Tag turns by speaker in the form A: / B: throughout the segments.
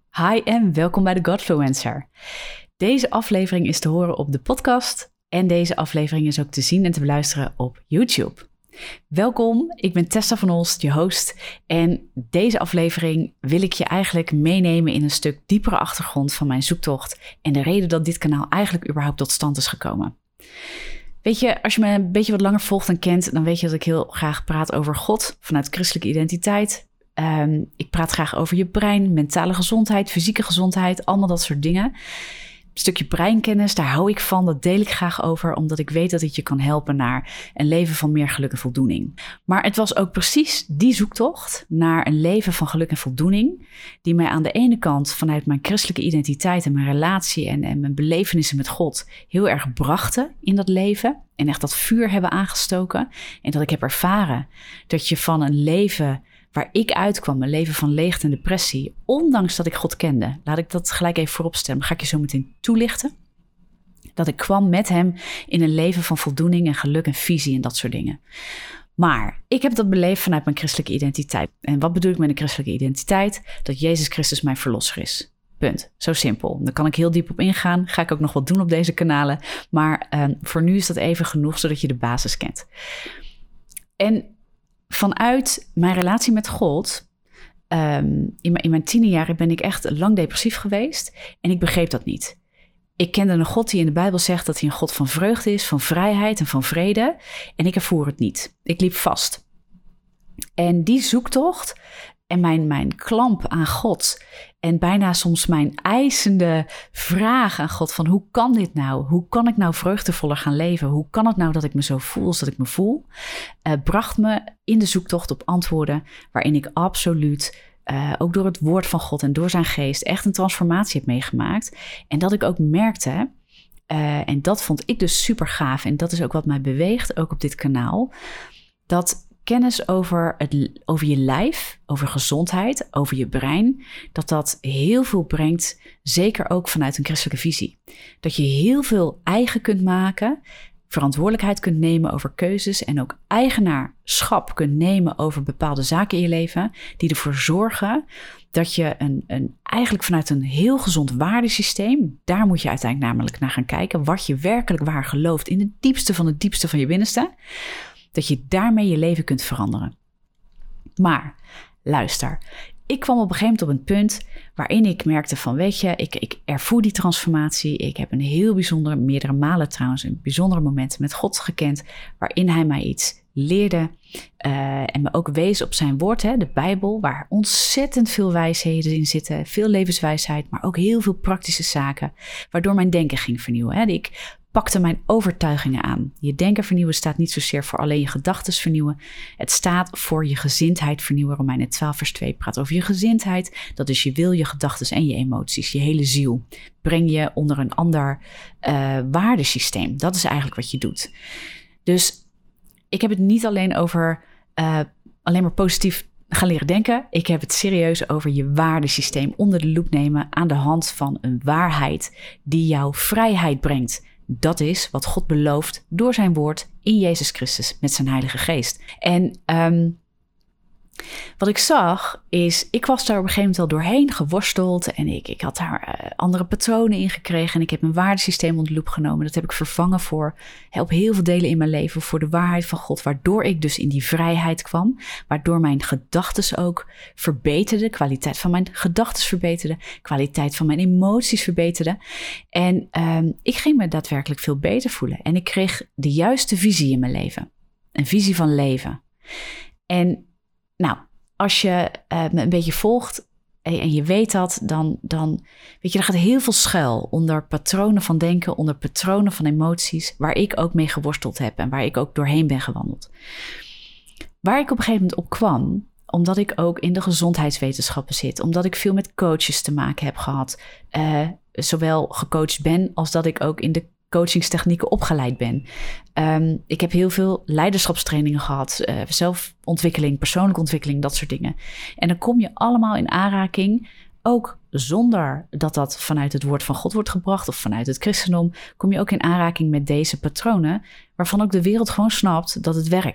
A: Hi en welkom bij de Godfluencer. Deze aflevering is te horen op de podcast en deze aflevering is ook te zien en te beluisteren op YouTube. Welkom, ik ben Tessa van Olst, je host en deze aflevering wil ik je eigenlijk meenemen in een stuk diepere achtergrond van mijn zoektocht en de reden dat dit kanaal eigenlijk überhaupt tot stand is gekomen. Weet je, als je me een beetje wat langer volgt en kent, dan weet je dat ik heel graag praat over God vanuit christelijke identiteit. Ik praat graag over je brein, mentale gezondheid, fysieke gezondheid, allemaal dat soort dingen. Een stukje breinkennis, daar hou ik van, dat deel ik graag over, omdat ik weet dat het je kan helpen naar een leven van meer geluk en voldoening. Maar het was ook precies die zoektocht naar een leven van geluk en voldoening, die mij aan de ene kant vanuit mijn christelijke identiteit en mijn relatie en mijn belevenissen met God heel erg brachten in dat leven en echt dat vuur hebben aangestoken. En dat ik heb ervaren dat je van een leven waar ik uitkwam, een leven van leegte en depressie, ondanks dat ik God kende. Laat ik dat gelijk even vooropstellen, ga ik je zo meteen toelichten. Dat ik kwam met hem in een leven van voldoening en geluk en visie en dat soort dingen. Maar ik heb dat beleefd vanuit mijn christelijke identiteit. En wat bedoel ik met een christelijke identiteit? Dat Jezus Christus mijn verlosser is. Punt. Zo simpel. Daar kan ik heel diep op ingaan. Ga ik ook nog wat doen op deze kanalen. Maar voor nu is dat even genoeg, zodat je de basis kent. En vanuit mijn relatie met God, in mijn tienerjaren ben ik echt lang depressief geweest en ik begreep dat niet. Ik kende een God die in de Bijbel zegt dat hij een God van vreugde is, van vrijheid en van vrede en ik ervoer het niet. Ik liep vast. En die zoektocht en mijn klamp aan God en bijna soms mijn eisende vraag aan God van hoe kan dit nou? Hoe kan ik nou vreugdevoller gaan leven? Hoe kan het nou dat ik me zo voel als dat ik me voel? Bracht me in de zoektocht op antwoorden waarin ik absoluut ook door het woord van God en door zijn geest echt een transformatie heb meegemaakt. En dat ik ook merkte, en dat vond ik dus super gaaf en dat is ook wat mij beweegt, ook op dit kanaal, dat kennis over je lijf, over gezondheid, over je brein, dat heel veel brengt, zeker ook vanuit een christelijke visie. Dat je heel veel eigen kunt maken, verantwoordelijkheid kunt nemen over keuzes en ook eigenaarschap kunt nemen over bepaalde zaken in je leven, die ervoor zorgen dat je eigenlijk vanuit een heel gezond waardesysteem, daar moet je uiteindelijk namelijk naar gaan kijken, wat je werkelijk waar gelooft in het diepste van je binnenste, dat je daarmee je leven kunt veranderen. Maar, luister, ik kwam op een gegeven moment op een punt waarin ik merkte van, weet je, ik ervoer die transformatie. Ik heb een heel bijzondere, meerdere malen trouwens, een bijzondere momenten met God gekend, waarin hij mij iets leerde en me ook wees op zijn woord, de Bijbel, waar ontzettend veel wijsheden in zitten, veel levenswijsheid, maar ook heel veel praktische zaken, waardoor mijn denken ging vernieuwen. Ik pakte mijn overtuigingen aan. Je denken vernieuwen staat niet zozeer voor alleen je gedachten vernieuwen. Het staat voor je gezindheid vernieuwen. Romeinen 12 vers 2 praat over je gezindheid. Dat is je wil, je gedachten en je emoties, je hele ziel. Breng je onder een ander waardesysteem. Dat is eigenlijk wat je doet. Dus ik heb het niet alleen over alleen maar positief gaan leren denken. Ik heb het serieus over je waardesysteem onder de loep nemen aan de hand van een waarheid die jou vrijheid brengt. Dat is wat God belooft door zijn woord in Jezus Christus met zijn Heilige Geest. En wat ik zag is, ik was daar op een gegeven moment al doorheen geworsteld en ik had daar andere patronen in gekregen en ik heb mijn waardesysteem onder de loep genomen. Dat heb ik vervangen op heel veel delen in mijn leven voor de waarheid van God, waardoor ik dus in die vrijheid kwam, waardoor mijn gedachten ook verbeterden, kwaliteit van mijn gedachten verbeterde, kwaliteit van mijn emoties verbeterde. En ik ging me daadwerkelijk veel beter voelen en ik kreeg de juiste visie in mijn leven, een visie van leven. En nou, als je me een beetje volgt en je weet dat, dan weet je, er gaat heel veel schuil onder patronen van denken, onder patronen van emoties, waar ik ook mee geworsteld heb en waar ik ook doorheen ben gewandeld. Waar ik op een gegeven moment op kwam, omdat ik ook in de gezondheidswetenschappen zit, omdat ik veel met coaches te maken heb gehad, zowel gecoacht ben als dat ik ook in de coachingstechnieken opgeleid ben. Ik heb heel veel leiderschapstrainingen gehad, zelfontwikkeling, persoonlijke ontwikkeling, dat soort dingen. En dan kom je allemaal in aanraking, ook zonder dat vanuit het woord van God wordt gebracht of vanuit het christendom, kom je ook in aanraking met deze patronen, waarvan ook de wereld gewoon snapt dat het werkt.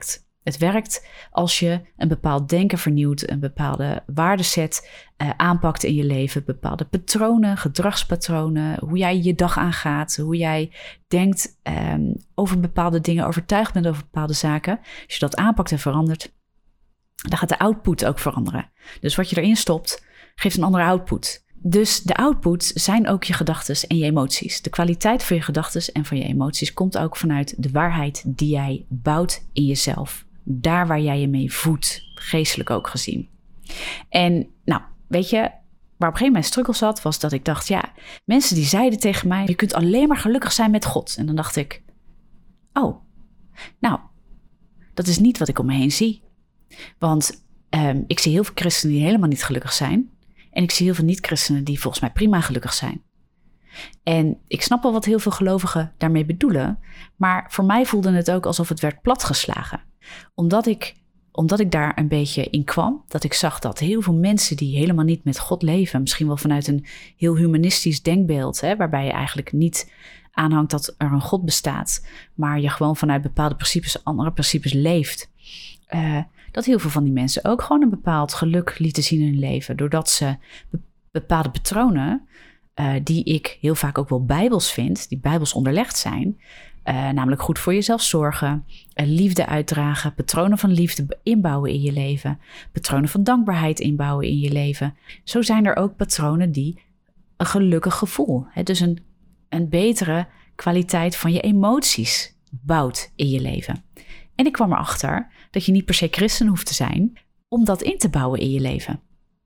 A: Het werkt als je een bepaald denken vernieuwt, een bepaalde waardeset aanpakt in je leven, bepaalde patronen, gedragspatronen, hoe jij je dag aangaat, hoe jij denkt over bepaalde dingen, overtuigd bent over bepaalde zaken. Als je dat aanpakt en verandert, dan gaat de output ook veranderen. Dus wat je erin stopt, geeft een andere output. Dus de output zijn ook je gedachten en je emoties. De kwaliteit van je gedachten en van je emoties komt ook vanuit de waarheid die jij bouwt in jezelf. Daar waar jij je mee voedt, geestelijk ook gezien. En nou, weet je, waar op een gegeven moment mijn struggle zat, was dat ik dacht, ja, mensen die zeiden tegen mij, je kunt alleen maar gelukkig zijn met God. En dan dacht ik, oh, nou, dat is niet wat ik om me heen zie. Want ik zie heel veel christenen die helemaal niet gelukkig zijn. En ik zie heel veel niet-christenen die volgens mij prima gelukkig zijn. En ik snap wel wat heel veel gelovigen daarmee bedoelen. Maar voor mij voelde het ook alsof het werd platgeslagen. Omdat ik daar een beetje in kwam. Dat ik zag dat heel veel mensen die helemaal niet met God leven. Misschien wel vanuit een heel humanistisch denkbeeld. Waarbij je eigenlijk niet aanhangt dat er een God bestaat. Maar je gewoon vanuit bepaalde principes, andere principes leeft. Dat heel veel van die mensen ook gewoon een bepaald geluk lieten zien in hun leven. Doordat ze bepaalde patronen, die ik heel vaak ook wel bijbels vind, die bijbels onderlegd zijn, namelijk goed voor jezelf zorgen, liefde uitdragen, patronen van liefde inbouwen in je leven, patronen van dankbaarheid inbouwen in je leven. Zo zijn er ook patronen die een gelukkig gevoel, dus een betere kwaliteit van je emoties bouwt in je leven. En ik kwam erachter dat je niet per se christen hoeft te zijn om dat in te bouwen in je leven.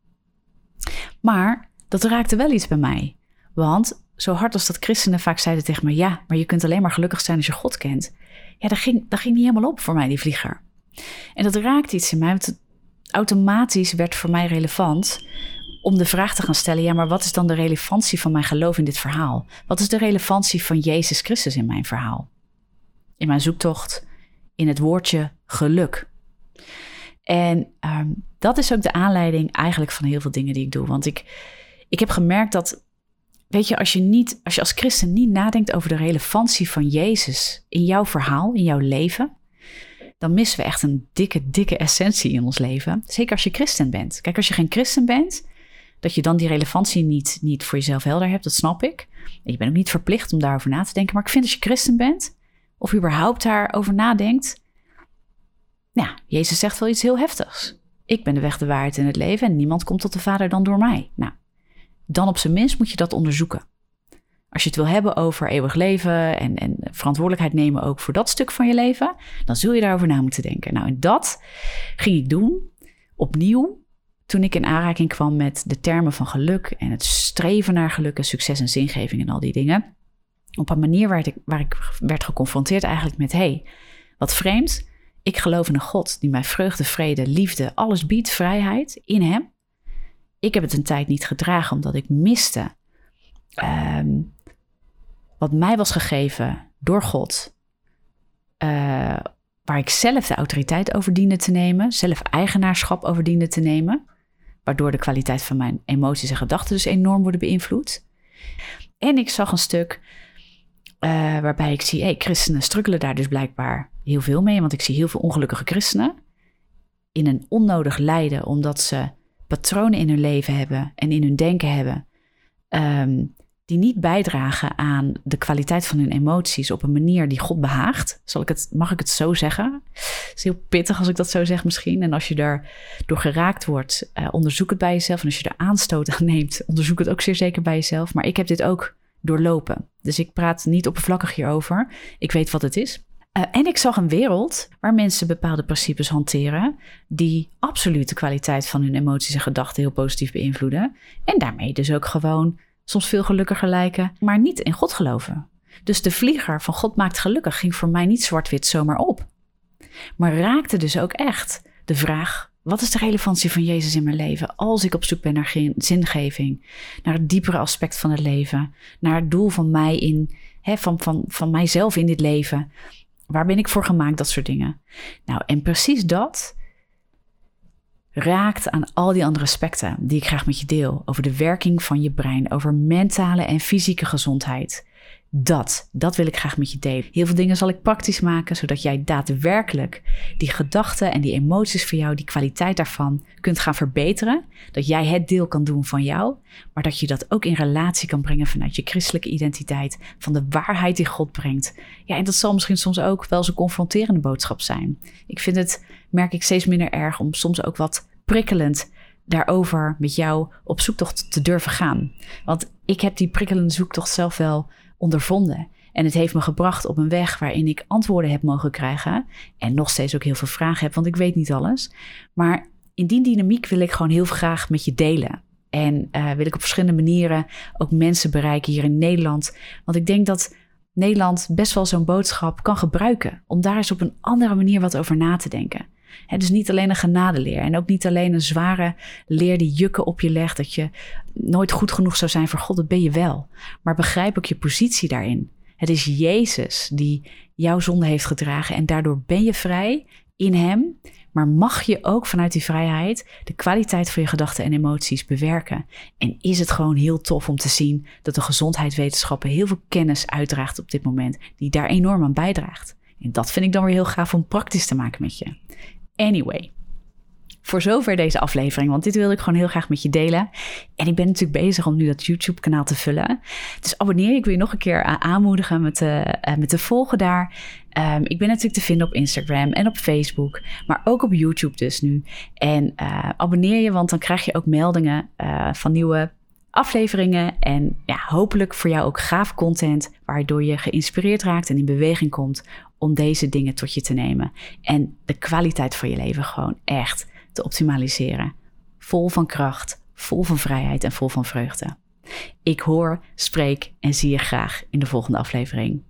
A: Maar dat raakte wel iets bij mij. Want zo hard als dat christenen vaak zeiden tegen me, ja, maar je kunt alleen maar gelukkig zijn als je God kent. Ja, dat ging niet helemaal op voor mij, die vlieger. En dat raakte iets in mij, want het automatisch werd voor mij relevant om de vraag te gaan stellen, ja, maar wat is dan de relevantie van mijn geloof in dit verhaal? Wat is de relevantie van Jezus Christus in mijn verhaal? In mijn zoektocht in het woordje geluk. En dat is ook de aanleiding eigenlijk van heel veel dingen die ik doe. Want ik heb gemerkt dat, weet je, als je als christen niet nadenkt over de relevantie van Jezus in jouw verhaal, in jouw leven, dan missen we echt een dikke essentie in ons leven. Zeker als je christen bent. Kijk, als je geen christen bent, dat je dan die relevantie niet voor jezelf helder hebt, dat snap ik. En je bent ook niet verplicht om daarover na te denken. Maar ik vind als je christen bent, of überhaupt daarover nadenkt, ja, Jezus zegt wel iets heel heftigs. Ik ben de weg, de waarheid en het leven en niemand komt tot de Vader dan door mij. Nou, dan op zijn minst moet je dat onderzoeken. Als je het wil hebben over eeuwig leven en verantwoordelijkheid nemen ook voor dat stuk van je leven, dan zul je daarover na moeten denken. Nou, en dat ging ik doen opnieuw toen ik in aanraking kwam met de termen van geluk en het streven naar geluk en succes en zingeving en al die dingen. Op een manier waar ik werd geconfronteerd eigenlijk met, hey, wat vreemd. Ik geloof in een God die mij vreugde, vrede, liefde, alles biedt, vrijheid in hem. Ik heb het een tijd niet gedragen omdat ik miste wat mij was gegeven door God. Waar ik zelf de autoriteit over diende te nemen, zelf eigenaarschap over diende te nemen. Waardoor de kwaliteit van mijn emoties en gedachten dus enorm worden beïnvloed. En ik zag een stuk waarbij ik zie, christenen struggelen daar dus blijkbaar heel veel mee. Want ik zie heel veel ongelukkige christenen in een onnodig lijden, omdat ze patronen in hun leven hebben en in hun denken hebben, die niet bijdragen aan de kwaliteit van hun emoties op een manier die God behaagt. Mag ik het zo zeggen? Het is heel pittig als ik dat zo zeg misschien. En als je daar door geraakt wordt, onderzoek het bij jezelf. En als je er aanstoot aan neemt, onderzoek het ook zeer zeker bij jezelf. Maar ik heb dit ook doorlopen. Dus ik praat niet oppervlakkig hierover. Ik weet wat het is. En ik zag een wereld waar mensen bepaalde principes hanteren die absoluut de kwaliteit van hun emoties en gedachten heel positief beïnvloeden. En daarmee dus ook gewoon soms veel gelukkiger lijken, maar niet in God geloven. Dus de vlieger van God maakt gelukkig ging voor mij niet zwart-wit zomaar op. Maar raakte dus ook echt de vraag, wat is de relevantie van Jezus in mijn leven als ik op zoek ben naar zingeving, naar het diepere aspect van het leven, naar het doel van mij van mijzelf in dit leven. Waar ben ik voor gemaakt, dat soort dingen. Nou, en precies dat raakt aan al die andere aspecten die ik graag met je deel. Over de werking van je brein, over mentale en fysieke gezondheid. Dat wil ik graag met je delen. Heel veel dingen zal ik praktisch maken, zodat jij daadwerkelijk die gedachten en die emoties voor jou, die kwaliteit daarvan, kunt gaan verbeteren. Dat jij het deel kan doen van jou, maar dat je dat ook in relatie kan brengen vanuit je christelijke identiteit, van de waarheid die God brengt. Ja, en dat zal misschien soms ook wel eens een confronterende boodschap zijn. Ik vind het, merk ik, steeds minder erg om soms ook wat prikkelend daarover met jou op zoektocht te durven gaan. Want ik heb die prikkelende zoektocht zelf wel ondervonden. En het heeft me gebracht op een weg waarin ik antwoorden heb mogen krijgen. En nog steeds ook heel veel vragen heb, want ik weet niet alles. Maar in die dynamiek wil ik gewoon heel graag met je delen. En wil ik op verschillende manieren ook mensen bereiken hier in Nederland. Want ik denk dat Nederland best wel zo'n boodschap kan gebruiken. Om daar eens op een andere manier wat over na te denken. Dus niet alleen een genadeleer en ook niet alleen een zware leer die jukken op je legt, dat je nooit goed genoeg zou zijn voor God, dat ben je wel. Maar begrijp ook je positie daarin. Het is Jezus die jouw zonde heeft gedragen en daardoor ben je vrij in hem. Maar mag je ook vanuit die vrijheid de kwaliteit van je gedachten en emoties bewerken. En is het gewoon heel tof om te zien dat de gezondheidswetenschappen heel veel kennis uitdraagt op dit moment, die daar enorm aan bijdraagt. En dat vind ik dan weer heel gaaf om praktisch te maken met je. Anyway, voor zover deze aflevering, want dit wilde ik gewoon heel graag met je delen. En ik ben natuurlijk bezig om nu dat YouTube-kanaal te vullen. Dus abonneer je, ik wil je nog een keer aanmoedigen met te volgen daar. Ik ben natuurlijk te vinden op Instagram en op Facebook, maar ook op YouTube dus nu. En abonneer je, want dan krijg je ook meldingen van nieuwe afleveringen. En ja, hopelijk voor jou ook gaaf content, waardoor je geïnspireerd raakt en in beweging komt om deze dingen tot je te nemen. En de kwaliteit van je leven gewoon echt te optimaliseren. Vol van kracht, vol van vrijheid en vol van vreugde. Ik hoor, spreek en zie je graag in de volgende aflevering.